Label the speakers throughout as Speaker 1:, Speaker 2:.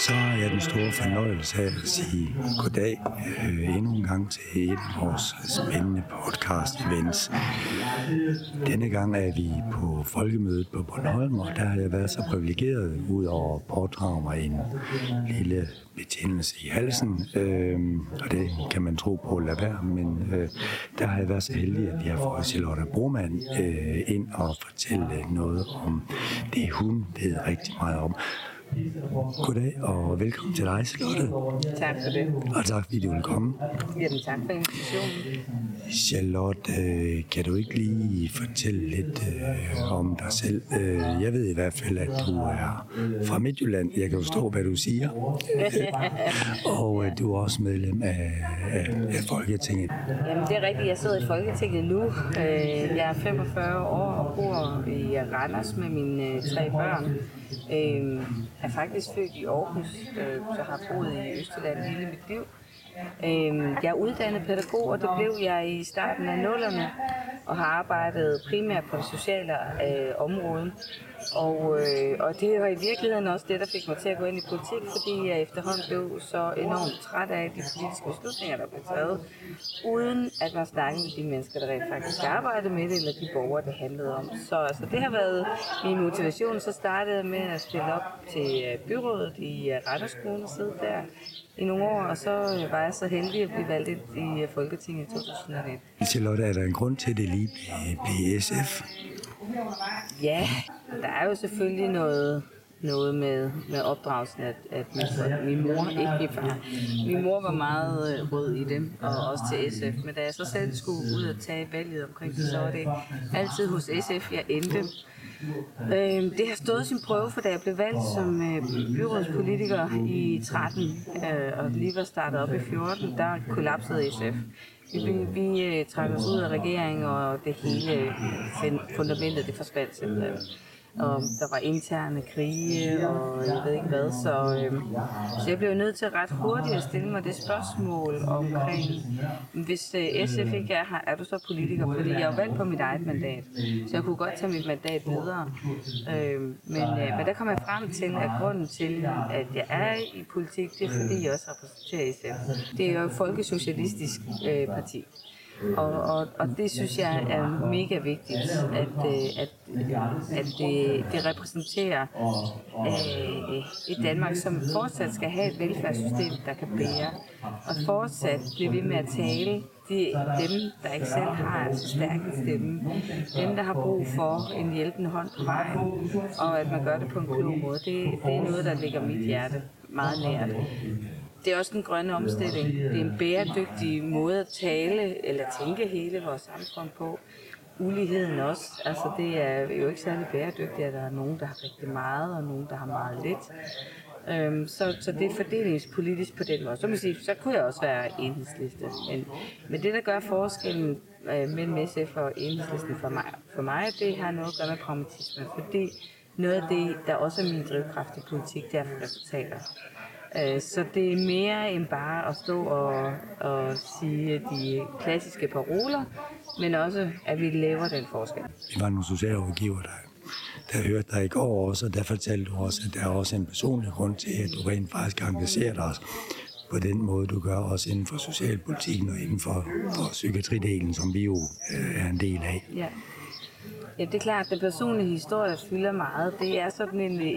Speaker 1: Så har jeg den store fornøjelse af at sige goddag endnu en gang til et af vores spændende podcast-events. Denne gang er vi på Folkemødet på Bornholm, og der har jeg været så privilegeret ud over at pådrage mig en lille betændelse i halsen, og det kan man tro på at lade være, men der har jeg været så heldig, at vi har fået Charlotte Broman ind og fortælle noget om det, hun ved rigtig meget om. Goddag og velkommen til dig, Charlotte.
Speaker 2: Tak for det.
Speaker 1: Og tak fordi du vil komme.
Speaker 2: Jamen tak for invitationen.
Speaker 1: Charlotte, kan du ikke lige fortælle lidt om dig selv? Jeg ved i hvert fald, at du er fra Midtjylland. Jeg kan forstå, hvad du siger. Og du er også medlem af Folketinget.
Speaker 2: Jamen det er rigtigt. Jeg sidder i Folketinget nu. Jeg er 45 år og bor i Randers med mine 3 børn. Jeg er faktisk født i Aarhus, så har boet i Østjylland hele mit liv. Jeg er uddannet pædagog, og det blev jeg i starten af 00'erne, og har arbejdet primært på det sociale område. Og det var i virkeligheden også det, der fik mig til at gå ind i politik, fordi jeg efterhånden blev så enormt træt af de politiske beslutninger, der blev taget, uden at man snakkede med de mennesker, der rent faktisk arbejdede med det, eller de borgere, det handlede om. Så altså, det har været min motivation. Så startede jeg med at stille op til byrådet i Randers Kommune og sidde der i nogle år, og så var jeg så heldig at blive valgt ind i Folketinget i 2019.
Speaker 1: Charlotte, er der en grund til, at det lige blev SF?
Speaker 2: Ja, der er jo selvfølgelig noget med opdragelsen, at min mor, ikke min far, min mor var meget rød i dem, og også til SF. Men da jeg så selv skulle ud og tage valget omkring det, så var det altid hos SF, jeg endte. Det har stået sin prøve, for da jeg blev valgt som byrådspolitiker i 13 og lige var startet op i 14, der kollapsede SF. Vi trak os ud af regeringen, og det hele fundamentet, det forsvandt simpelthen. Og der var interne krige, og jeg ved ikke hvad, så jeg blev nødt til ret hurtigt at stille mig det spørgsmål omkring, hvis SF ikke er her, er du så politiker? Fordi jeg er valgt på mit eget mandat, så jeg kunne godt tage mit mandat videre. Men der kom jeg frem til, at grunden til, at jeg er i politik, det er fordi jeg også repræsenterer SF. Det er jo et folkesocialistisk parti. Og det synes jeg er mega vigtigt, at det repræsenterer et Danmark, som fortsat skal have et velfærdssystem, der kan bære, og fortsat blive ved med at tale dem, der ikke selv har så stærk en stemme, dem, der har brug for en hjælpende hånd på vejen, og at man gør det på en klog måde. Det er noget, der ligger mit hjerte meget nært. Det er også den grønne omstilling. Det er en bæredygtig måde at tale eller tænke hele vores samfund på. Uligheden også. Altså det er jo ikke særlig bæredygtigt, at der er nogen, der har rigtig meget, og nogen, der har meget lidt. Så det er fordelingspolitisk på den måde. Så kunne jeg også være enhedsliste. Men det, der gør forskellen mellem SF og enhedslisten for mig, det har noget at gøre med pragmatisme. Fordi noget af det, der også er min drivkraft i politik, det er for resultater. Så det er mere end bare at stå og sige de klassiske paroler, men også, at vi laver den forskel.
Speaker 1: Vi var nogle socialrådgiver, der hørte dig i går også, og der fortalte du også, at der er også en personlig grund til, at du rent faktisk engagerer dig på den måde, du gør også inden for socialpolitikken og inden for psykiatridelen, som vi jo er en del af.
Speaker 2: Ja, det er klart, at den personlige historie fylder meget. Det er sådan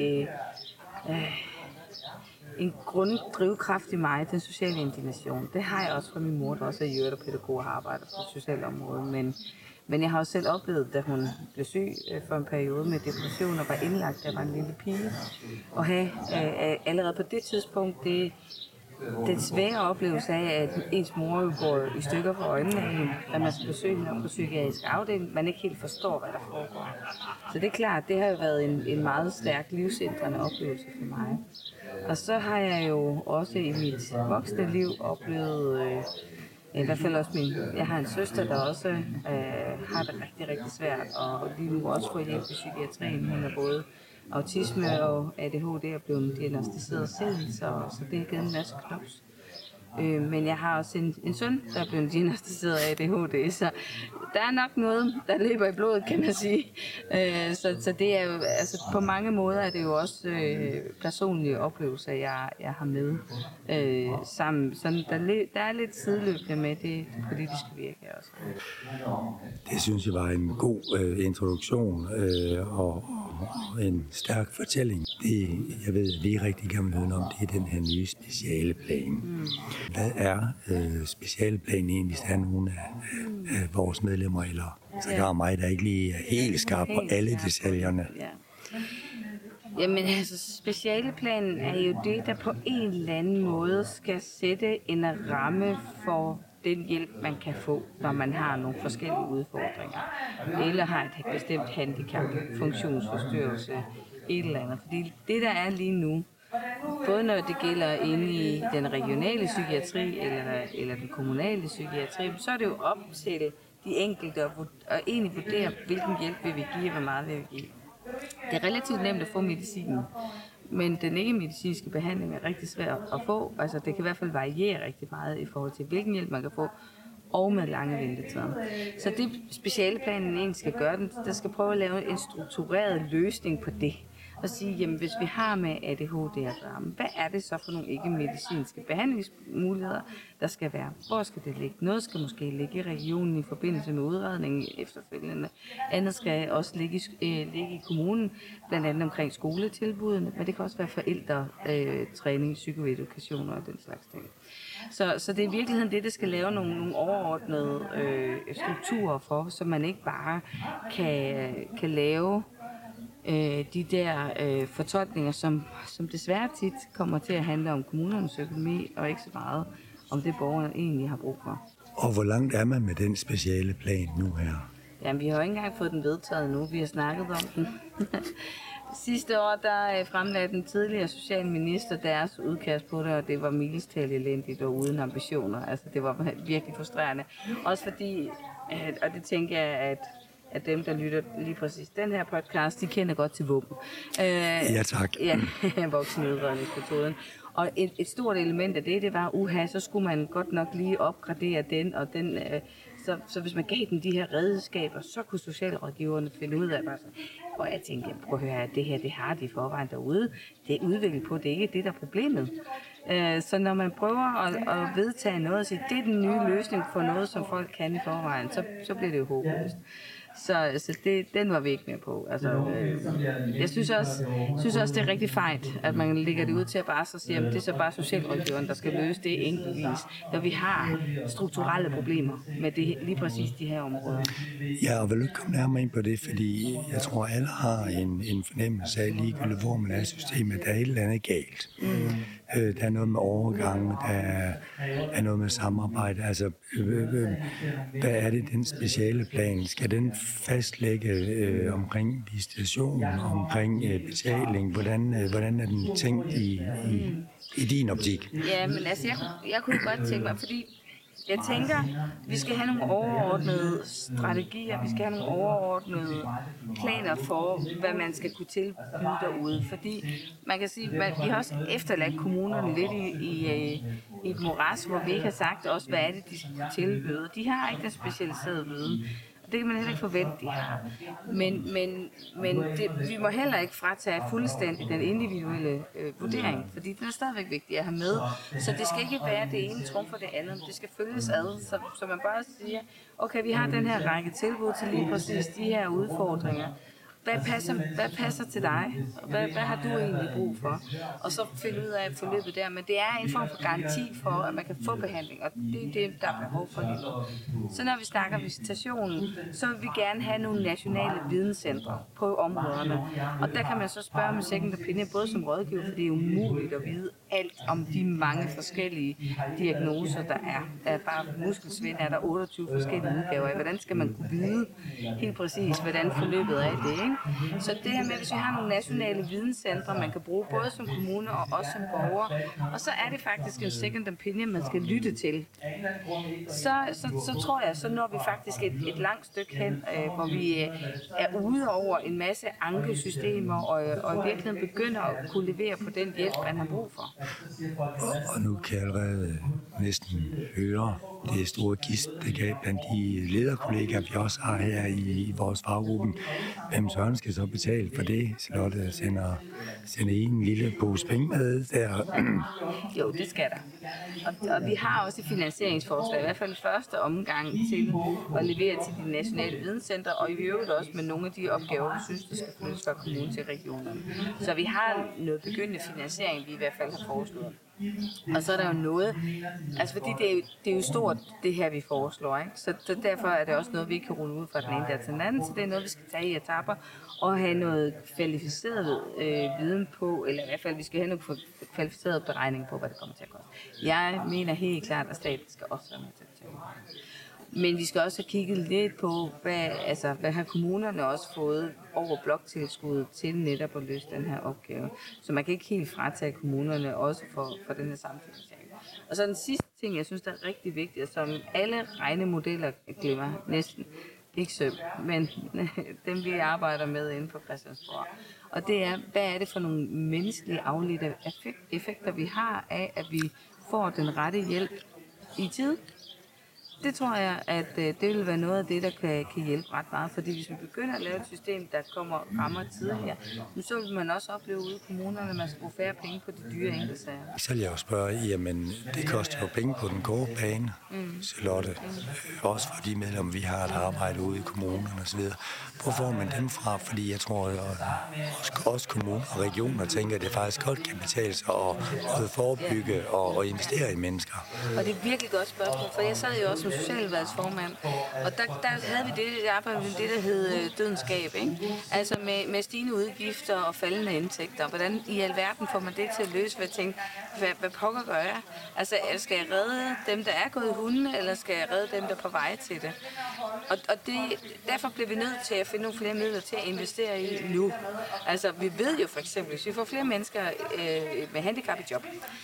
Speaker 2: en grunddrivkraft i mig, den sociale indignation. Det har jeg også fra min mor, der også er jøde og pædagog og arbejder på det sociale område. Men jeg har også selv oplevet, da hun blev syg for en periode med depression og var indlagt, da jeg var en lille pige. Og have allerede på det tidspunkt den svære oplevelse af, at ens mor går i stykker for øjnene af hende, at man skal besøge hende på psykiatrisk afdeling, man ikke helt forstår, hvad der foregår. Så det er klart, det har jo været en meget stærk livsændrende oplevelse for mig. Og så har jeg jo også i mit voksne liv oplevet, i hvert fald også jeg har en søster, der også har det rigtig, rigtig svært, og lige nu også får hjælp i psykiatrien. Hun er både autisme og ADHD er blevet diagnosticeret selv, så det har givet en masse knops. Men jeg har også en søn, der er blevet diagnosticeret af ADHD, så der er nok noget, der løber i blodet, kan man sige. Så det er jo, altså på mange måder er det jo også personlige oplevelser, jeg har med sammen. Så der er lidt sideløbende med det politiske virke også.
Speaker 1: Det synes jeg var en god introduktion og en stærk fortælling. Det, jeg ved, at vi rigtig gerne vil høre om, det er den her nye specialeplan. Hvad er specialeplanen egentlig? Der er nogle af vores medlemmer, eller så der er mig, der ikke lige er helt skarp på alle detaljerne.
Speaker 2: Ja. Jamen altså, specialeplanen er jo det, der på en eller anden måde skal sætte en ramme for den hjælp, man kan få, når man har nogle forskellige udfordringer, eller har et bestemt handicap, funktionsforstyrrelse, et eller andet. Fordi det, der er lige nu, både når det gælder inde i den regionale psykiatri eller den kommunale psykiatri, så er det jo op til de enkelte at egentlig vurdere, hvilken hjælp vil vi give, og hvor meget vil vi give. Det er relativt nemt at få medicinen, men den ikke-medicinske behandling er rigtig svær at få. Altså, det kan i hvert fald variere rigtig meget i forhold til, hvilken hjælp man kan få, og med lange ventetider. Så det specialeplanen egentlig skal gøre, der skal prøve at lave en struktureret løsning på det. Og sige, jamen hvis vi har med ADHD at gøre, hvad er det så for nogle ikke-medicinske behandlingsmuligheder, der skal være? Hvor skal det ligge? Noget skal måske ligge i regionen i forbindelse med udredningen efterfølgende. Andet skal også ligge i kommunen, blandt andet omkring skoletilbudene, men det kan også være forældretræning, psykoedukation og den slags ting. Så det er i virkeligheden det skal lave nogle overordnede strukturer for, så man ikke bare kan lave de der fortolkninger, som desværre tit kommer til at handle om kommunernes økonomi, og ikke så meget om det, borgerne egentlig har brug for.
Speaker 1: Og hvor langt er man med den speciale plan nu her?
Speaker 2: Jamen, vi har jo ikke engang fået den vedtaget nu. Vi har snakket om den. Sidste år, der fremlagde den tidligere socialminister deres udkast på det, og det var mildest elendigt og uden ambitioner. Altså, det var virkelig frustrerende. Også fordi, og det tænker jeg, at dem, der lytter lige præcis den her podcast, de kender godt til våben.
Speaker 1: Ja, tak.
Speaker 2: Ja, voksenudredningsmetoden. Og et stort element af det var, så skulle man godt nok lige opgradere den, og den, så hvis man gav dem de her redskaber, så kunne socialrådgiverne finde ud af, og jeg tænkte, prøv at høre, det her, det har de forvejen derude. Det er udviklet på, det er ikke det, der er problemet. Så når man prøver at vedtage noget og sige, det er den nye løsning for noget, som folk kan i forvejen, så bliver det jo håbløst. Så den var vi ikke med på. Altså, jeg synes også, det er rigtig fejt, at man lægger det ud til at bare så sige, at det er så bare socialrådgiveren, der skal løse det enkeltvis, når vi har strukturelle problemer med det, lige præcis de her områder.
Speaker 1: Ja, og vil du ikke komme nærmere ind på det, fordi jeg tror, alle har en fornemmelse af ligegyldigt, hvor man er i systemet, der er et eller andet galt. Der er noget med overgang, der er noget med samarbejde. Altså, hvad er det, den speciale plan? Skal den fastlægge omkring visitation, omkring betaling? Hvordan er den tænkt i din optik?
Speaker 2: Ja, men altså, jeg kunne godt tænke mig, fordi jeg tænker, vi skal have nogle overordnede strategier, vi skal have nogle overordnede planer for, hvad man skal kunne tilbyde derude. Fordi man kan sige, at vi har også efterladt kommunerne lidt i et moras, hvor vi ikke har sagt også, hvad er det, de skal tilbyde. De har ikke den specialiserede viden. Det kan man heller ikke forvente, de har. Men vi må heller ikke fratage fuldstændig den individuelle vurdering, fordi den er stadigvæk vigtig at have med. Så det skal ikke være det ene trumfer det andet, det skal følges ad, så man bare siger, okay, vi har den her række tilbud til lige præcis de her udfordringer. Hvad passer til dig? Hvad har du egentlig brug for? Og så finde ud af forløbet der. Men det er en form for garanti for, at man kan få behandling, og det er det, der er behov for lige nu. Så når vi snakker visitationen, så vil vi gerne have nogle nationale videnscentre på områderne. Og der kan man så spørge med second opinion, både som rådgiver, for det er umuligt at vide alt om de mange forskellige diagnoser, der er. Bare muskelsvind er der 28 forskellige udgaver af. Hvordan skal man kunne vide helt præcis, hvordan forløbet er i det, ikke? igen. Så det her med, hvis vi har nogle nationale videnscentre, man kan bruge både som kommune og også som borger, og så er det faktisk en second opinion, man skal lytte til. Så tror jeg, så når vi faktisk et langt stykke hen, hvor vi er ude over en masse ankesystemer, og i virkeligheden begynder at kunne levere på den hjælp, man har brug for.
Speaker 1: Og nu kan jeg allerede næsten høre det store gist, det gav blandt de lederkollegaer, vi også har her i vores faggruppe. Hvem søren skal så betale for det? Charlotte sender en lille pose penge med der.
Speaker 2: Jo, det skal der. Og vi har også et finansieringsforslag, i hvert fald første omgang til at levere til de nationale videnscentre, og i øvrigt også med nogle af de opgaver, vi synes, der skal flyttes fra kommunen til regionerne. Så vi har noget begyndende finansiering, vi i hvert fald har foreslået. Og så er der jo noget, altså fordi det er jo stort, det her vi foreslår, ikke? Så derfor er det også noget, vi ikke kan rulle ud fra den ene der til den anden, så det er noget, vi skal tage i etaper og have noget kvalificeret viden på, eller i hvert fald, vi skal have noget kvalificeret beregning på, hvad det kommer til at koste. Jeg mener helt klart, at staten skal også være med til at tage. Men vi skal også have kigget lidt på, hvad har kommunerne også fået over bloktilskuddet til netop at løse den her opgave. Så man kan ikke helt fratage kommunerne også for den her samfundsfinansiering. Og så den sidste ting, jeg synes, der er rigtig vigtigt, som alle regnemodeller glemmer næsten, ikke søm, men dem vi arbejder med inde på Christiansborg. Og det er, hvad er det for nogle menneskelige afledte effekter, vi har af, at vi får den rette hjælp i tid? Det tror jeg, at det vil være noget af det, der kan hjælpe ret meget. Fordi hvis vi begynder at lave et system, der rammer tidligere, så vil man også opleve ude i kommunerne, at man skal bruge færre penge på de dyre enkeltsager.
Speaker 1: Så vil jeg jo spørge, jamen det koster jo penge på den gode bane, Charlotte. Også for de medlemmer, vi har, der arbejder ude i kommunerne osv. Hvor får man dem fra? Fordi jeg tror, at også kommuner og regioner tænker, at det faktisk godt kan betale sig at forebygge og investere i mennesker.
Speaker 2: Og det er et virkelig godt spørgsmål, for jeg sad jo også som socialvalgsformand, og der havde vi det arbejde med det, der hed dødenskab, ikke? Altså med stigende udgifter og faldende indtægter. Hvordan i alverden får man det til at løse? Hvad pokker gør jeg? Altså, skal jeg redde dem, der er gået i hunde, eller skal jeg redde dem, der er på vej til det? Og derfor bliver vi nødt til at finde nogle flere midler til at investere i nu. Altså, vi ved jo for eksempel, hvis vi får flere mennesker med handicap i job,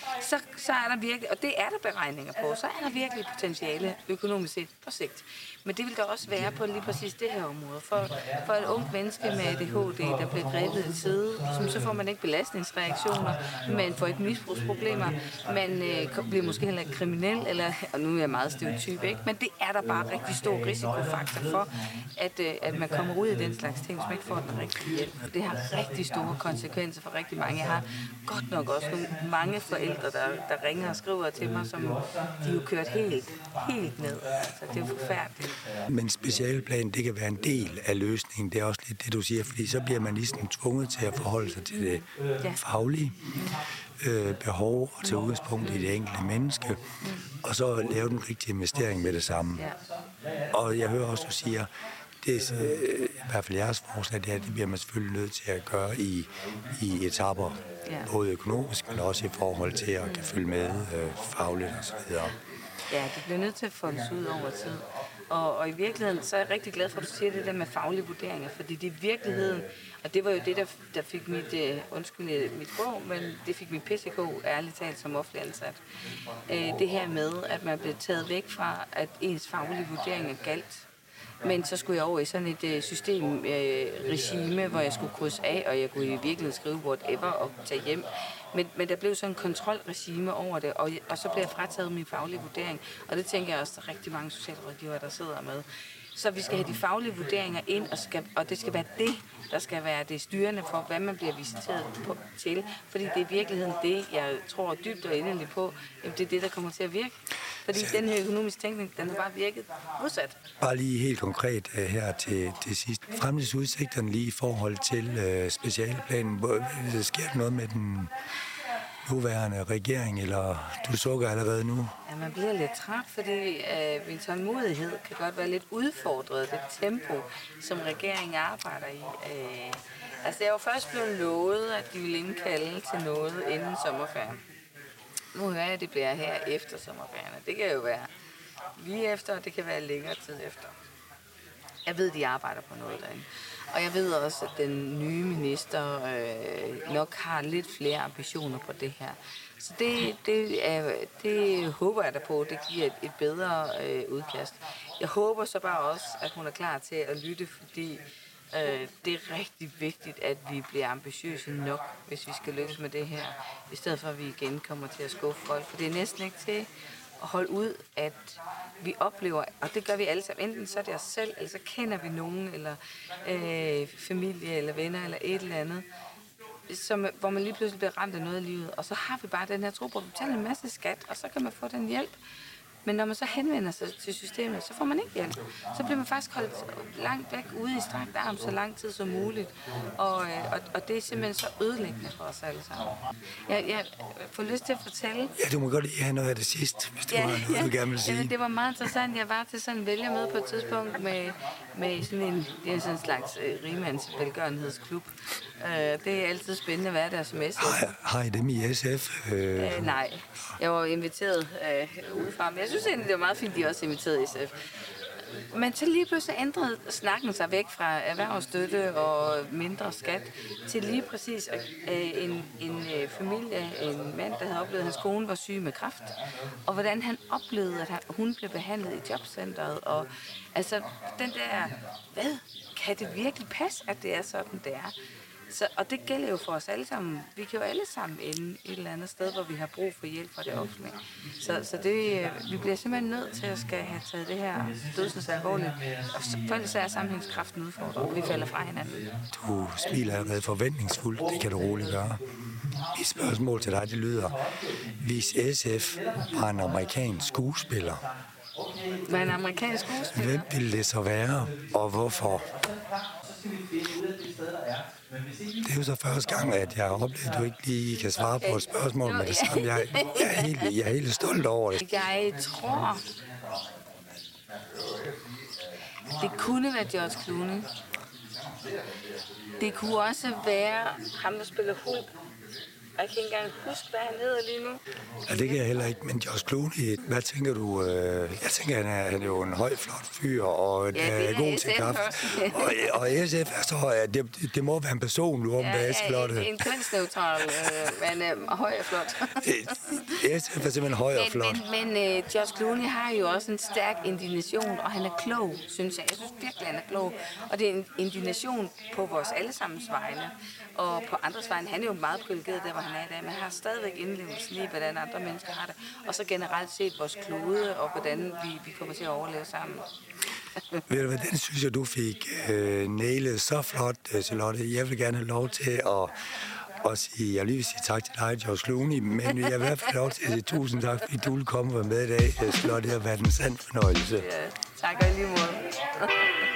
Speaker 2: så er der virkelig, og det er der beregninger på, så er der virkelig potentiale økonomisk set på sigt. Men det vil der også være på lige præcis det her område. For et ungt menneske med ADHD, der bliver grebet i tide, så får man ikke belastningsreaktioner, man får ikke misbrugsproblemer, man bliver måske heller ikke kriminel, eller, og nu er jeg meget stereotyp, ikke? Men det er der bare rigtig stor risikofaktor for, at man kommer ud i den slags ting, hvis man ikke får den rigtige hjælp. Det har rigtig store konsekvenser for rigtig mange. Jeg har godt nok også mange forældre, der ringer og skriver til mig, som de jo kørt helt ned. Altså, det er jo forfærdeligt.
Speaker 1: Men specialplanen, det kan være en del af løsningen. Det er også lidt det, du siger, fordi så bliver man ligesom tvunget til at forholde sig til det faglige behov og til udgangspunkt i det enkelte menneske, og så lave den rigtige investering med det samme. Og jeg hører også, du siger, det er i hvert fald jeres forslag, det bliver man selvfølgelig nødt til at gøre i etaper, både økonomisk, men også i forhold til at kan følge med fagligt og så videre.
Speaker 2: Ja, det bliver nødt til at foldes ud over tid. Og i virkeligheden, så er jeg rigtig glad for, at du siger det der med faglige vurderinger, fordi det er virkeligheden, og det var jo det, der fik mit sprog, men det fik mit PCK ærligt talt som offentlig ansat. Det her med, at man blev taget væk fra, at ens faglige vurderinger galt. Men så skulle jeg over i sådan et systemregime, hvor jeg skulle krydse af, og jeg kunne i virkeligheden skrive whatever og tage hjem. Men der blev sådan en kontrolregime over det, og så blev jeg frataget min faglige vurdering. Og det tænker jeg også, der er rigtig mange socialrådgivere, der sidder med. Så vi skal have de faglige vurderinger ind, og det skal være det, der skal være det styrende for, hvad man bliver visiteret til. Fordi det er i virkeligheden det, jeg tror dybt og inderligt på, det er det, der kommer til at virke. Fordi den her økonomiske tænkning, den har bare virket modsat.
Speaker 1: Bare lige helt konkret her til sidst. Fremtidsudsigterne lige i forhold til specialplanen. Sker der noget med den nuværende regering, eller du sukker allerede nu?
Speaker 2: Ja, man bliver lidt træt, fordi min tålmodighed kan godt være lidt udfordret, det tempo, som regeringen arbejder i. Altså, jeg var først blevet lovet, at de ville indkalde til noget inden sommerferien. Nu hører jeg, at det bliver her efter sommerferien. Det kan jo være lige efter, og det kan være længere tid efter. Jeg ved, de arbejder på noget derinde. Og jeg ved også, at den nye minister nok har lidt flere ambitioner på det her. Så det håber jeg da på, det giver et bedre udkast. Jeg håber så bare også, at hun er klar til at lytte, fordi det er rigtig vigtigt, at vi bliver ambitiøse nok, hvis vi skal lykkes med det her, i stedet for at vi igen kommer til at skuffe folk. For det er næsten ikke til at holde ud, at vi oplever, og det gør vi alle sammen, enten så er det os selv, eller så kender vi nogen, eller familie, eller venner, eller et eller andet, hvor man lige pludselig bliver ramt af noget i livet, og så har vi bare den her tro på, at vi betaler en masse skat, og så kan man få den hjælp. Men når man så henvender sig til systemet, så får man ikke hjælp. Så bliver man faktisk holdt langt væk ude i strakt arm så lang tid som muligt. Og det er simpelthen så ødelæggende for os alle sammen. Jeg får lyst til at fortælle.
Speaker 1: Ja, du må godt lige have noget af det sidste, hvis du har noget, du gerne vil sige. Ja,
Speaker 2: det var meget interessant. Jeg var til sådan en vælgermøde på et tidspunkt med sådan en, det er sådan en slags rigmandsvelgørenhedsklub. Det er altid spændende at være der som SF.
Speaker 1: Har I dem i SF?
Speaker 2: Nej, jeg var inviteret udefra, men jeg synes egentlig, det var meget fint, de også inviterede SF. Men så lige pludselig ændrede snakken sig væk fra erhvervsstøtte og mindre skat til lige præcis en familie, en mand, der havde oplevet, at hans kone var syg med kræft, og hvordan han oplevede, at hun blev behandlet i jobcentret. Og altså den der, hvad? Kan det virkelig passe, at det er sådan, det er? Og det gælder jo for os alle sammen. Vi kan jo alle sammen ende et eller andet sted, hvor vi har brug for hjælp fra det offentlige. Så vi bliver simpelthen nødt til at skal have taget det her dødsens alvorligt. Og for ellers er sammenhængskraften udfordret, og vi falder fra hinanden.
Speaker 1: Du smiler allerede forventningsfuldt. Det kan du roligt gøre. Mit spørgsmål til dig, det lyder: hvis SF var en amerikansk skuespiller,
Speaker 2: hvad en amerikansk skuespiller?
Speaker 1: Hvem ville det så være, og hvorfor? Det er jo så første gang, at jeg har oplevet, at du ikke lige kan svare på et spørgsmål med det samme. Jeg er helt stolt over det.
Speaker 2: Jeg tror, det kunne være George Clooney. Det kunne også være ham, der spiller Hulk. Jeg kan ikke engang huske, hvad han hedder lige nu.
Speaker 1: Ja, det kan jeg heller ikke, men George Clooney, hvad tænker du? Jeg tænker, han er jo en høj, flot fyr, og er god til kaffe. Og SF er så, at det må være en person, du er flot.
Speaker 2: En kønsneutral, men høj og flot.
Speaker 1: SF er simpelthen høj og flot.
Speaker 2: Men George Clooney har jo også en stærk indignation, og han er klog, synes jeg. Jeg synes virkelig, han er klog. Og det er en indignation på vores allesammens vegne. Og på andres vegne, han er jo meget privilegeret der, hvor han er i dag, men han har stadigvæk indlevelsen i, hvordan andre mennesker har det. Og så generelt set vores klode, og hvordan vi kommer til at overleve sammen.
Speaker 1: Ved du hvad, den synes jeg, du fik nailet så flot, Charlotte. Jeg vil gerne have lov til at sige, jeg vil lige sige tak til dig, George Clooney, men jeg vil i hvert fald lov til at sige tusind tak, fordi du vil komme og være med i dag, Charlotte. Det har været en sand fornøjelse.
Speaker 2: Ja, tak og i lige måde.